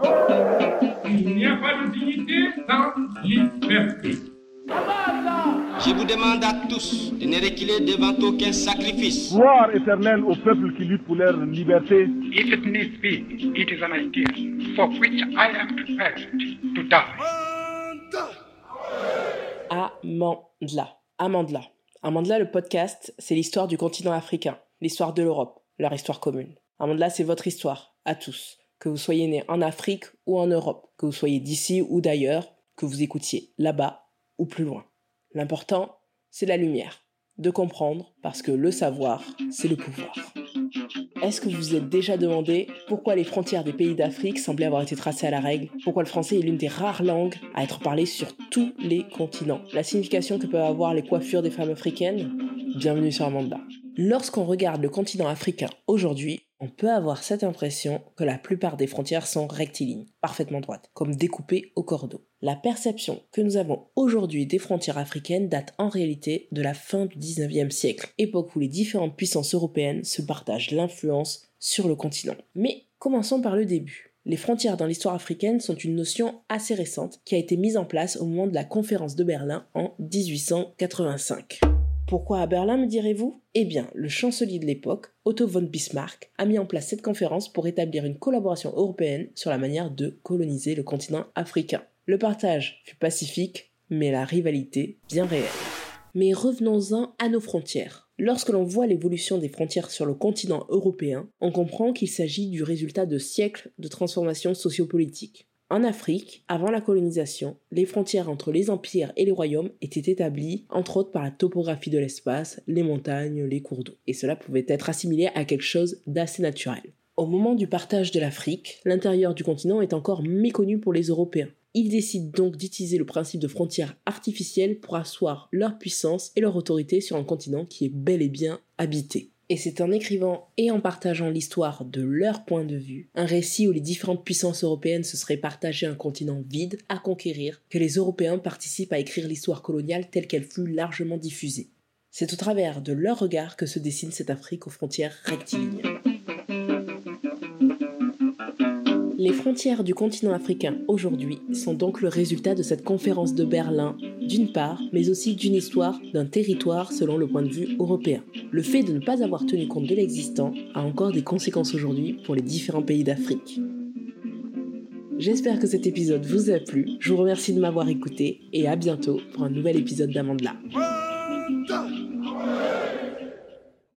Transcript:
Il n'y a pas de dignité sans liberté. Je vous demande à tous de ne reculer devant aucun sacrifice. Gloire éternelle au peuple qui lutte pour leur liberté. If it needs be, it is an idea for which I am prepared to die. Amandla. Amandla, le podcast, c'est l'histoire du continent africain, l'histoire de l'Europe, leur histoire commune. Amandla, c'est votre histoire, à tous. Que vous soyez né en Afrique ou en Europe, que vous soyez d'ici ou d'ailleurs, que vous écoutiez là-bas ou plus loin. L'important, c'est la lumière, de comprendre, parce que le savoir, c'est le pouvoir. Est-ce que vous vous êtes déjà demandé pourquoi les frontières des pays d'Afrique semblaient avoir été tracées à la règle? Pourquoi le français est l'une des rares langues à être parlée sur tous les continents? La signification que peuvent avoir les coiffures des femmes africaines? Bienvenue sur Amandla. Lorsqu'on regarde le continent africain aujourd'hui, on peut avoir cette impression que la plupart des frontières sont rectilignes, parfaitement droites, comme découpées au cordeau. La perception que nous avons aujourd'hui des frontières africaines date en réalité de la fin du 19e siècle, époque où les différentes puissances européennes se partagent l'influence sur le continent. Mais commençons par le début. Les frontières dans l'histoire africaine sont une notion assez récente qui a été mise en place au moment de la conférence de Berlin en 1885. Pourquoi à Berlin, me direz-vous? Eh bien, le chancelier de l'époque, Otto von Bismarck, a mis en place cette conférence pour établir une collaboration européenne sur la manière de coloniser le continent africain. Le partage fut pacifique, mais la rivalité bien réelle. Mais revenons-en à nos frontières. Lorsque l'on voit l'évolution des frontières sur le continent européen, on comprend qu'il s'agit du résultat de siècles de transformations sociopolitiques. En Afrique, avant la colonisation, les frontières entre les empires et les royaumes étaient établies, entre autres par la topographie de l'espace, les montagnes, les cours d'eau. Et cela pouvait être assimilé à quelque chose d'assez naturel. Au moment du partage de l'Afrique, l'intérieur du continent est encore méconnu pour les Européens. Ils décident donc d'utiliser le principe de frontières artificielles pour asseoir leur puissance et leur autorité sur un continent qui est bel et bien habité. Et c'est en écrivant et en partageant l'histoire de leur point de vue, un récit où les différentes puissances européennes se seraient partagé un continent vide à conquérir, que les Européens participent à écrire l'histoire coloniale telle qu'elle fut largement diffusée. C'est au travers de leur regard que se dessine cette Afrique aux frontières rectilignes. Les frontières du continent africain aujourd'hui sont donc le résultat de cette conférence de Berlin, d'une part, mais aussi d'une histoire d'un territoire selon le point de vue européen. Le fait de ne pas avoir tenu compte de l'existant a encore des conséquences aujourd'hui pour les différents pays d'Afrique. J'espère que cet épisode vous a plu, je vous remercie de m'avoir écouté et à bientôt pour un nouvel épisode d'Amandla.